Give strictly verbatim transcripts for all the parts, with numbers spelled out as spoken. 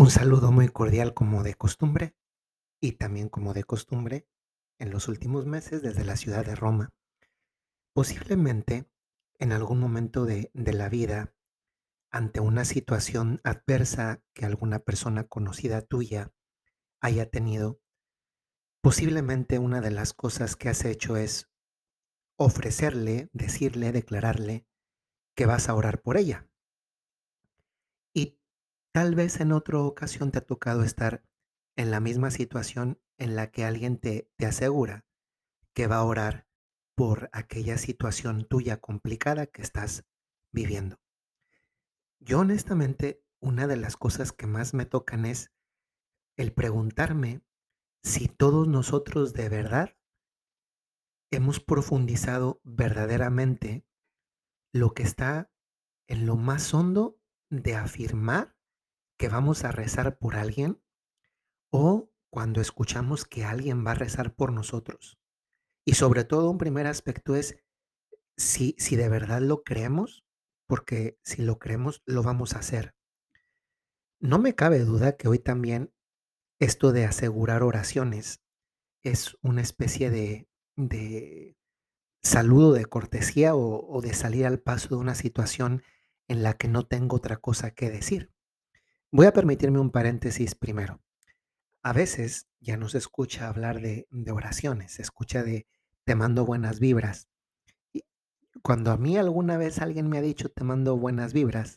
Un saludo muy cordial como de costumbre y también como de costumbre en los últimos meses desde la ciudad de Roma. Posiblemente en algún momento de, de la vida, ante una situación adversa que alguna persona conocida tuya haya tenido, posiblemente una de las cosas que has hecho es ofrecerle, decirle, declararle que vas a orar por ella. Y tal vez en otra ocasión te ha tocado estar en la misma situación en la que alguien te, te asegura que va a orar por aquella situación tuya complicada que estás viviendo. Yo honestamente, una de las cosas que más me tocan es el preguntarme si todos nosotros de verdad hemos profundizado verdaderamente lo que está en lo más hondo de afirmar que vamos a rezar por alguien o cuando escuchamos que alguien va a rezar por nosotros. Y sobre todo un primer aspecto es si, si de verdad lo creemos, porque si lo creemos, lo vamos a hacer. No me cabe duda que hoy también esto de asegurar oraciones es una especie de, de saludo de cortesía o, o de salir al paso de una situación en la que no tengo otra cosa que decir. Voy a permitirme un paréntesis primero. A veces ya no se escucha hablar de, de oraciones, se escucha de te mando buenas vibras. Y cuando a mí alguna vez alguien me ha dicho te mando buenas vibras,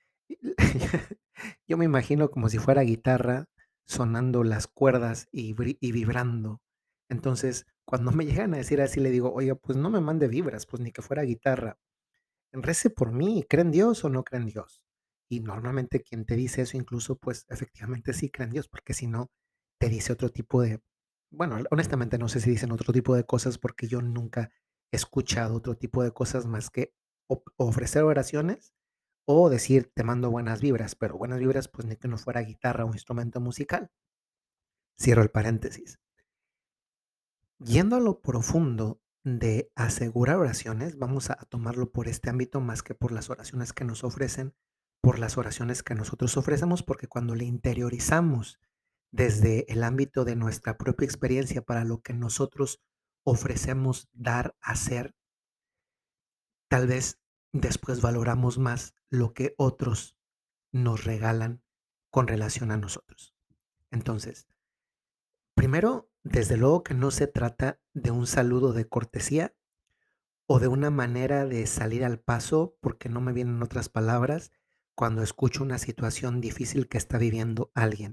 yo me imagino como si fuera guitarra sonando las cuerdas y, bri- y vibrando. Entonces, cuando me llegan a decir así, le digo, oiga, pues no me mande vibras, pues ni que fuera guitarra. Rece por mí, ¿cree en Dios o no cree en Dios? Y normalmente quien te dice eso incluso, pues efectivamente sí cree en Dios, porque si no, te dice otro tipo de, bueno, honestamente no sé si dicen otro tipo de cosas porque yo nunca he escuchado otro tipo de cosas más que o- ofrecer oraciones o decir te mando buenas vibras, pero buenas vibras pues ni que no fuera guitarra o instrumento musical. Cierro el paréntesis. Yendo a lo profundo de asegurar oraciones, vamos a tomarlo por este ámbito más que por las oraciones que nos ofrecen, por las oraciones que nosotros ofrecemos, porque cuando le interiorizamos desde el ámbito de nuestra propia experiencia para lo que nosotros ofrecemos dar, hacer, tal vez después valoramos más lo que otros nos regalan con relación a nosotros. Entonces, primero, desde luego que no se trata de un saludo de cortesía, o de una manera de salir al paso, porque no me vienen otras palabras, cuando escucho una situación difícil que está viviendo alguien.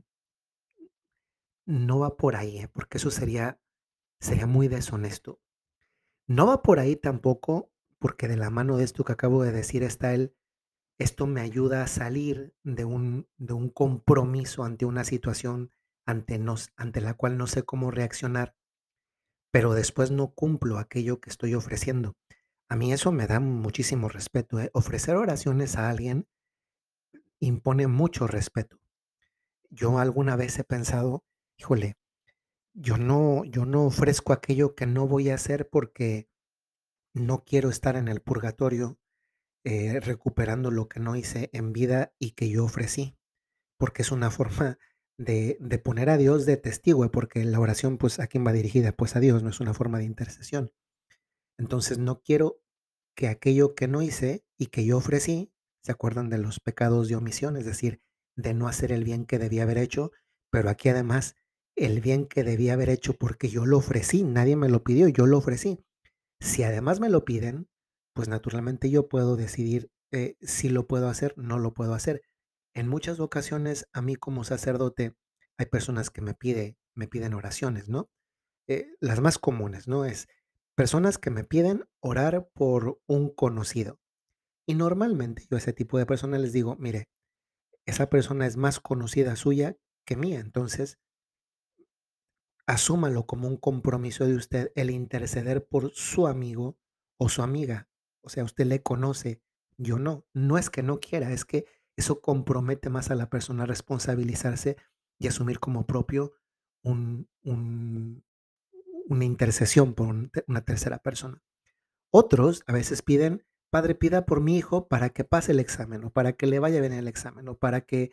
No va por ahí, ¿eh? Porque eso sería sería muy deshonesto. No va por ahí tampoco, porque de la mano de esto que acabo de decir está el esto me ayuda a salir de un de un compromiso ante una situación ante nos ante la cual no sé cómo reaccionar, pero después no cumplo aquello que estoy ofreciendo. A mí eso me da muchísimo respeto, ¿eh? Ofrecer oraciones a alguien impone mucho respeto. Yo alguna vez he pensado, híjole, yo no, yo no ofrezco aquello que no voy a hacer porque no quiero estar en el purgatorio eh, recuperando lo que no hice en vida y que yo ofrecí, porque es una forma de, de poner a Dios de testigo, ¿eh? Porque la oración, pues, ¿a quién va dirigida? Pues a Dios, no es una forma de intercesión. Entonces, no quiero que aquello que no hice y que yo ofrecí, ¿se acuerdan de los pecados de omisión? Es decir, de no hacer el bien que debía haber hecho, pero aquí además el bien que debía haber hecho porque yo lo ofrecí, nadie me lo pidió, yo lo ofrecí. Si además me lo piden, pues naturalmente yo puedo decidir eh, si lo puedo hacer, no lo puedo hacer. En muchas ocasiones, a mí como sacerdote, hay personas que me pide, me piden oraciones, ¿no? Eh, las más comunes, ¿no? Es personas que me piden orar por un conocido. Y normalmente yo a ese tipo de personas les digo, mire, esa persona es más conocida suya que mía, entonces asúmalo como un compromiso de usted el interceder por su amigo o su amiga. O sea, usted le conoce, yo no. No es que no quiera, es que eso compromete más a la persona a responsabilizarse y asumir como propio un, un- una intercesión por un te- una tercera persona. Otros a veces piden, padre, pida por mi hijo para que pase el examen o para que le vaya bien el examen o para que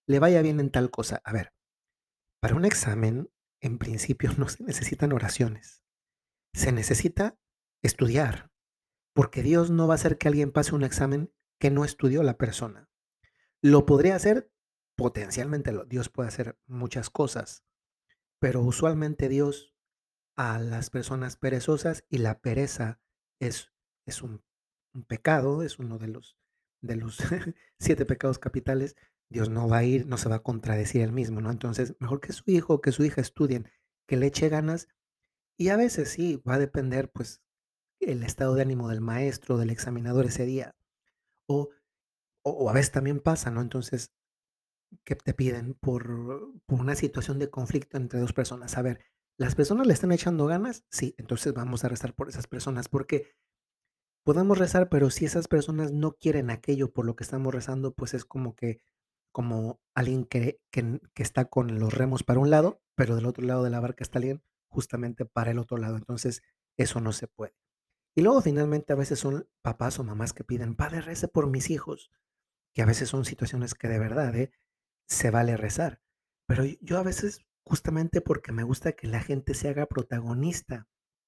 le vaya bien en tal cosa. A ver, para un examen, en principio no se necesitan oraciones, se necesita estudiar, porque Dios no va a hacer que alguien pase un examen que no estudió la persona. Lo podría hacer, potencialmente lo Dios puede hacer muchas cosas, pero usualmente Dios a las personas perezosas y la pereza es es un un pecado, es uno de los de los siete pecados capitales. Dios no va a ir, no se va a contradecir él mismo, ¿no? Entonces, mejor que su hijo o que su hija estudien, que le eche ganas, y a veces sí, va a depender, pues, el estado de ánimo del maestro, del examinador ese día, o o o a veces también pasa, ¿no? Entonces, que te piden por por una situación de conflicto entre dos personas. A ver, ¿las personas le están echando ganas? Sí, entonces vamos a rezar por esas personas, porque podemos rezar, pero si esas personas no quieren aquello por lo que estamos rezando, pues es como que como alguien que que n que está con los remos para un lado, pero del otro lado de la barca está alguien justamente para el otro lado. Entonces, eso no se puede. Y luego, finalmente, a veces son papás o mamás que piden: "Padre, rece por mis hijos", que a veces son situaciones que de verdad, ¿eh? Se vale rezar. Pero y- yo a veces, justamente porque me gusta que la gente se haga protagonista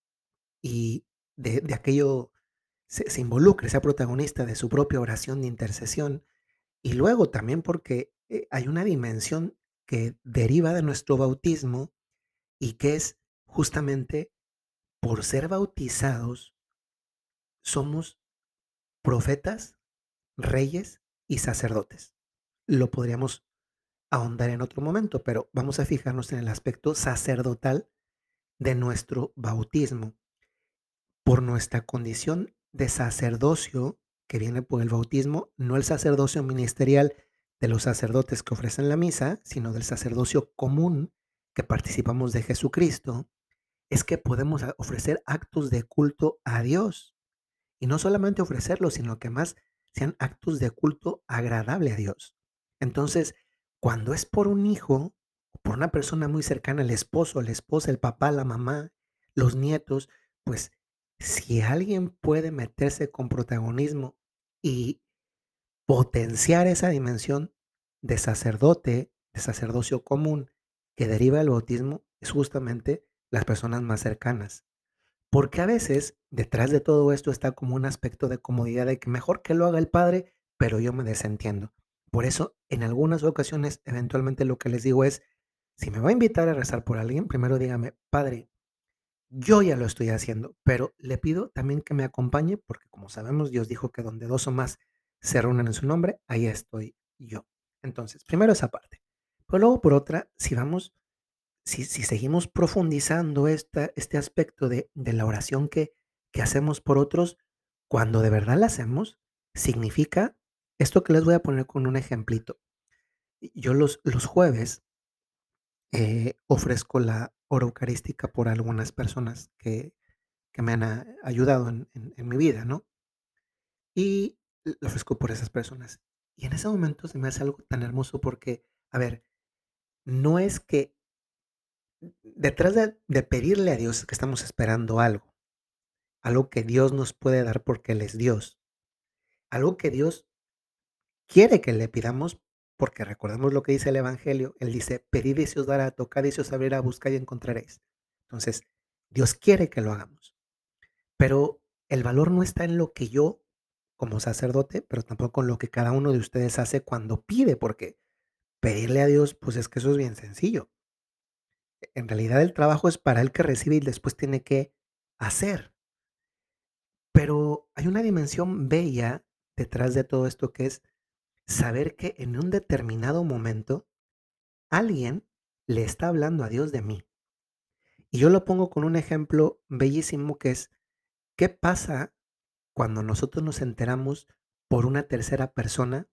y de, de aquello se, se involucre, sea protagonista de su propia oración de intercesión. Y luego también porque eh, hay una dimensión que deriva de nuestro bautismo y que es justamente por ser bautizados, somos profetas, reyes y sacerdotes. Lo podríamos ahondar en otro momento, pero vamos a fijarnos en el aspecto sacerdotal de nuestro bautismo. Por nuestra condición de sacerdocio que viene por el bautismo, no el sacerdocio ministerial de los sacerdotes que ofrecen la misa, sino del sacerdocio común que participamos de Jesucristo, es que podemos a- ofrecer actos de culto a Dios. Y no solamente ofrecerlos, sino que más sean actos de culto agradable a Dios. Entonces, cuando es por un hijo, o por una persona muy cercana, el esposo, la esposa, el papá, la mamá, los nietos, pues si alguien puede meterse con protagonismo y potenciar esa dimensión de sacerdote, de sacerdocio común que deriva del bautismo, es justamente las personas más cercanas. Porque a veces detrás de todo esto está como un aspecto de comodidad de que mejor que lo haga el padre, pero yo me desentiendo. Por eso, en algunas ocasiones, eventualmente lo que les digo es, si me va a invitar a rezar por alguien, primero dígame, padre, yo ya lo estoy haciendo, pero le pido también que me acompañe, porque como sabemos, Dios dijo que donde dos o más se reúnen en su nombre, ahí estoy yo. Entonces, primero esa parte. Pero luego, por otra, si vamos si si seguimos profundizando esta este aspecto de de la oración que que hacemos por otros, cuando de verdad la hacemos, significa esto que les voy a poner con un ejemplito. Y yo los los jueves, eh, ofrezco la hora eucarística por algunas personas que que me han a ayudado en en en mi vida, ¿no? Y lo ofrezco por esas personas. Y en ese momento se me hace algo tan hermoso porque, a ver, no es que detrás de de pedirle a Dios que estamos esperando algo. Algo que Dios nos puede dar porque Él es Dios. Algo que Dios quiere que le pidamos, porque recordemos lo que dice el evangelio. Él dice: "Pedid y se os dará, tocad y se os abrirá, buscad y encontraréis". Entonces, Dios quiere que lo hagamos, pero el valor no está en lo que yo, como sacerdote, pero tampoco en lo que cada uno de ustedes hace cuando pide, porque pedirle a Dios, pues, es que eso es bien sencillo. En realidad, el trabajo es para el que recibe y después tiene que hacer. Pero hay una dimensión bella detrás de todo esto, que es saber que en un determinado momento alguien le está hablando a Dios de mí. Y yo lo pongo con un ejemplo bellísimo que es, ¿qué pasa cuando nosotros nos enteramos por una tercera persona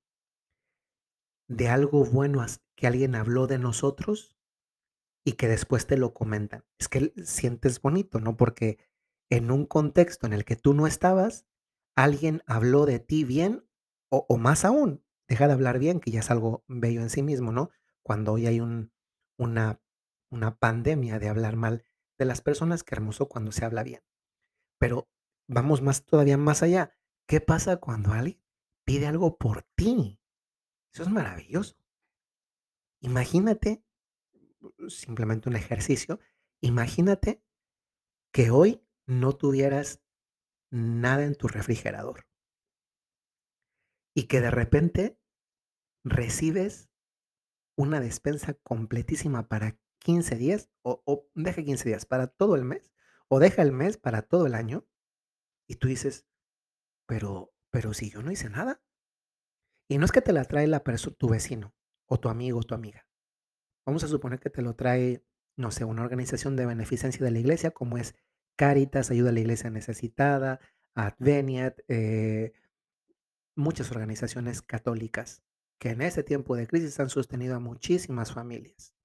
de algo bueno as- que alguien habló de nosotros y que después te lo comentan? Es que sientes bonito, ¿no? Porque en un contexto en el que tú no estabas, alguien habló de ti bien o, o más aún, deja de hablar bien, que ya es algo bello en sí mismo, ¿no? Cuando hoy hay un, una, una pandemia de hablar mal de las personas, qué hermoso cuando se habla bien. Pero vamos más todavía más allá. ¿Qué pasa cuando alguien pide algo por ti? Eso es maravilloso. Imagínate, simplemente un ejercicio, imagínate que hoy no tuvieras nada en tu refrigerador y que de repente recibes una despensa completísima para quince días o o deja quince días, para todo el mes, o deja el mes para todo el año, y tú dices: "Pero pero si yo no hice nada". Y no es que te la trae la perso tu vecino, o tu amigo, o tu amiga. Vamos a suponer que te lo trae, no sé, una organización de beneficencia de la iglesia, como es Cáritas, Ayuda a la Iglesia Necesitada, Adveniat, eh, muchas organizaciones católicas que en ese tiempo de crisis han sostenido a muchísimas familias.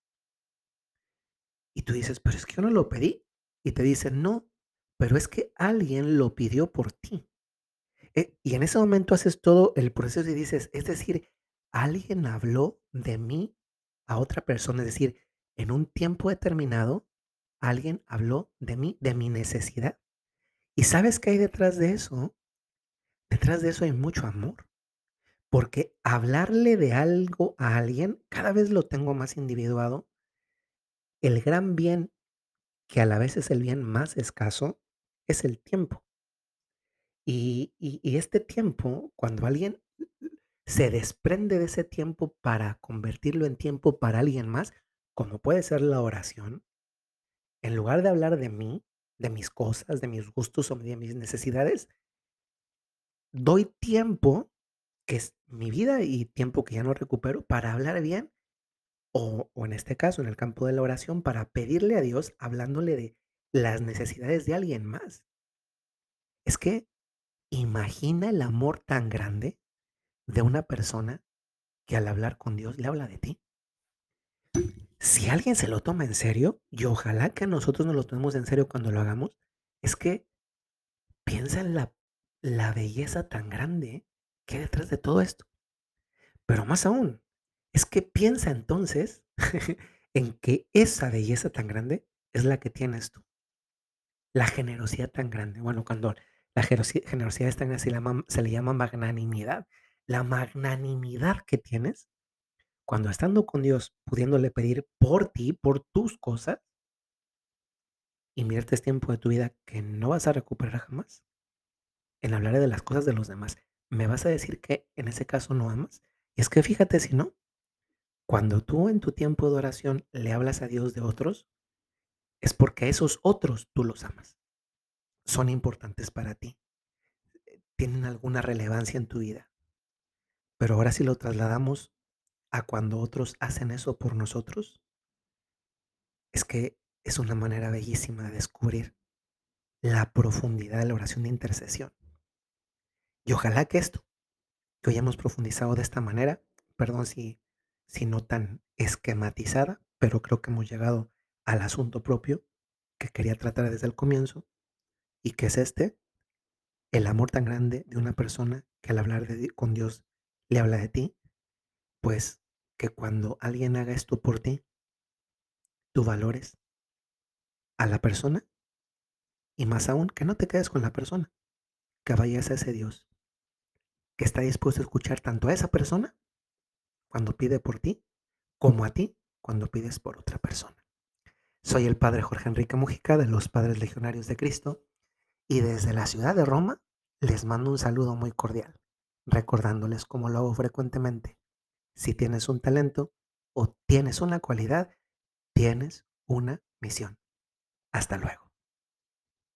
Y tú dices: "Pero es que yo no lo pedí". Y te dicen: "No, pero es que alguien lo pidió por ti". Eh, y en ese momento haces todo el proceso y dices: "Es decir, alguien habló de mí a otra persona". Es decir, en un tiempo determinado, alguien habló de mí, de mi necesidad. ¿Y sabes qué hay detrás de eso? Detrás de eso hay mucho amor, porque hablarle de algo a alguien, cada vez lo tengo más individuado, el gran bien, que a la vez es el bien más escaso, es el tiempo. Y y y este tiempo, cuando alguien se desprende de ese tiempo para convertirlo en tiempo para alguien más, como puede ser la oración, en lugar de hablar de mí, de mis cosas, de mis gustos o de mis necesidades, doy tiempo, que es mi vida y tiempo que ya no recupero, para hablar bien, o o en este caso, en el campo de la oración, para pedirle a Dios, hablándole de las necesidades de alguien más. Es que imagina el amor tan grande de una persona que al hablar con Dios le habla de ti. Si alguien se lo toma en serio, y ojalá que nosotros nos lo tomemos en serio cuando lo hagamos, es que piensa en la, la belleza tan grande que hay detrás de todo esto. Pero más aún, es que piensa entonces en que esa belleza tan grande es la que tienes tú. La generosidad tan grande. Bueno, cuando la generosi- generosidad es tan grande, se le llama, se le llama magnanimidad. La magnanimidad que tienes cuando estando con Dios, pudiéndole pedir por ti, por tus cosas, inviertes tiempo de tu vida que no vas a recuperar jamás en hablar de las cosas de los demás. ¿Me vas a decir que en ese caso no amas? Y es que fíjate si no, cuando tú en tu tiempo de oración le hablas a Dios de otros, es porque a esos otros tú los amas. Son importantes para ti, tienen alguna relevancia en tu vida. Pero ahora si lo trasladamos a cuando otros hacen eso por nosotros, es que es una manera bellísima de descubrir la profundidad de la oración de intercesión. Y ojalá que esto, que hoy hemos profundizado de esta manera, perdón si, si no tan esquematizada, pero creo que hemos llegado al asunto propio que quería tratar desde el comienzo y que es este, el amor tan grande de una persona que al hablar de di- con Dios le habla de ti, pues que cuando alguien haga esto por ti, tú valores a la persona y más aún que no te quedes con la persona, que vayas a ese Dios que está dispuesto a escuchar tanto a esa persona cuando pide por ti, como a ti cuando pides por otra persona. Soy el padre Jorge Enrique Mujica de los Padres Legionarios de Cristo y desde la ciudad de Roma les mando un saludo muy cordial, recordándoles como lo hago frecuentemente, si tienes un talento o tienes una cualidad, tienes una misión. Hasta luego.